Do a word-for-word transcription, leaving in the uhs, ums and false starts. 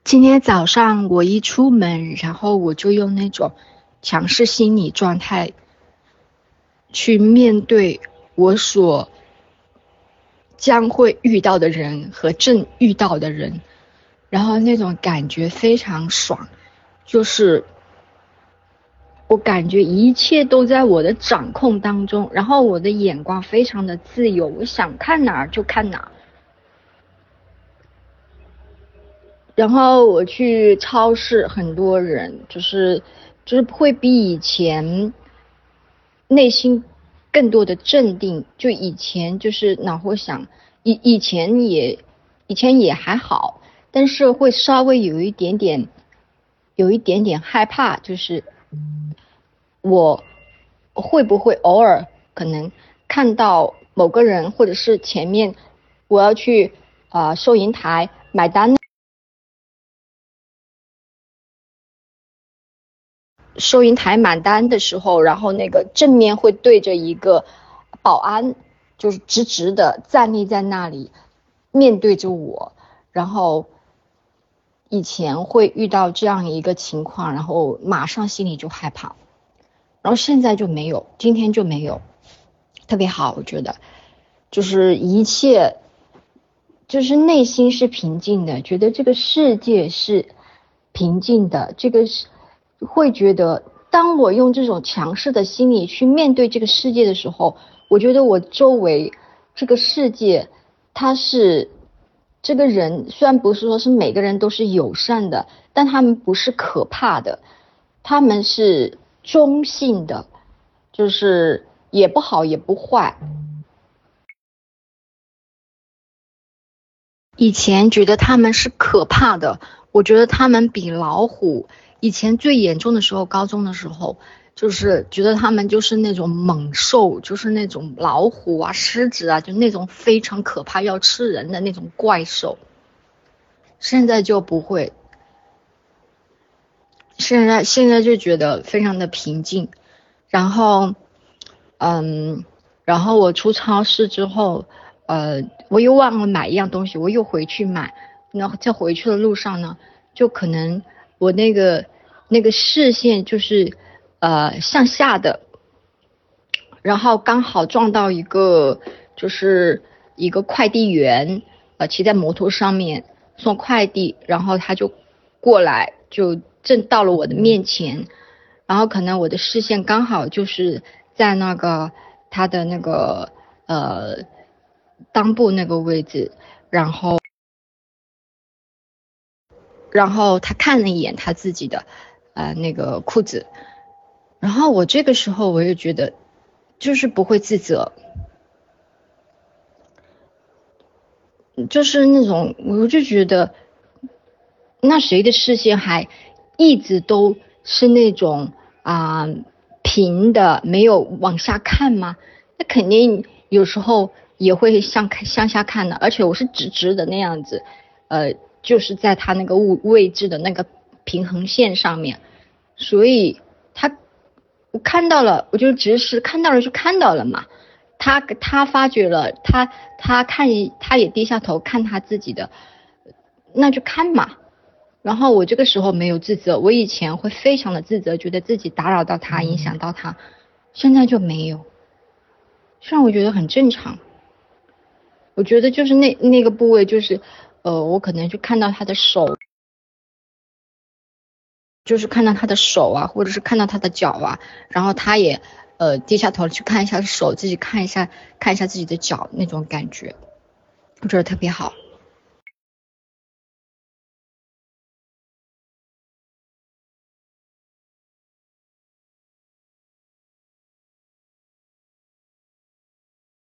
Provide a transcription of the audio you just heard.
今天早上我一出门，然后我就用那种强势心理状态去面对我所将会遇到的人和正遇到的人，然后那种感觉非常爽，就是我感觉一切都在我的掌控当中，然后我的眼光非常的自由，我想看哪儿就看哪儿。然后我去超市，很多人就是就是会比以前内心更多的镇定。就以前就是哪会想，以以前也以前也还好，但是会稍微有一点点有一点点害怕，就是我会不会偶尔可能看到某个人，或者是前面我要去啊、呃、收银台买单。收银台买单的时候，然后那个正面会对着一个保安，就是直直的站立在那里，面对着我。然后以前会遇到这样一个情况，然后马上心里就害怕，然后现在就没有，今天就没有，特别好，我觉得就是一切就是内心是平静的，觉得这个世界是平静的，这个是会觉得，当我用这种强势的心理去面对这个世界的时候，我觉得我周围这个世界，它是这个人，虽然不是说是每个人都是友善的，但他们不是可怕的，他们是中性的，就是也不好也不坏。以前觉得他们是可怕的，我觉得他们比老虎，以前最严重的时候，高中的时候，就是觉得他们就是那种猛兽，就是那种老虎啊、狮子啊，就那种非常可怕要吃人的那种怪兽。现在就不会，现在现在就觉得非常的平静。然后嗯，然后我出超市之后，呃，我又忘了买一样东西，我又回去买。然后在回去的路上呢，就可能我那个那个视线就是呃向下的，然后刚好撞到一个就是一个快递员，呃，骑在摩托上面送快递，然后他就过来，就正到了我的面前，然后可能我的视线刚好就是在那个他的那个呃裆部那个位置，然后然后他看了一眼他自己的呃那个裤子，然后我这个时候我也觉得就是不会自责。就是那种，我就觉得，那谁的视线还一直都是那种啊、呃平的，没有往下看吗？那肯定有时候也会向向下看的，而且我是直直的那样子，呃，就是在他那个位位置的那个平衡线上面，所以他我看到了，我就直视，看到了就看到了嘛。他他发觉了，他他看他也低下头看他自己的，那就看嘛。然后我这个时候没有自责，我以前会非常的自责，觉得自己打扰到他，影响到他，现在就没有，虽然我觉得很正常。我觉得就是那那个部位，就是呃，我可能就看到他的手，就是看到他的手啊，或者是看到他的脚啊，然后他也呃低下头去看一下手，自己看一下看一下自己的脚，那种感觉，我觉得特别好。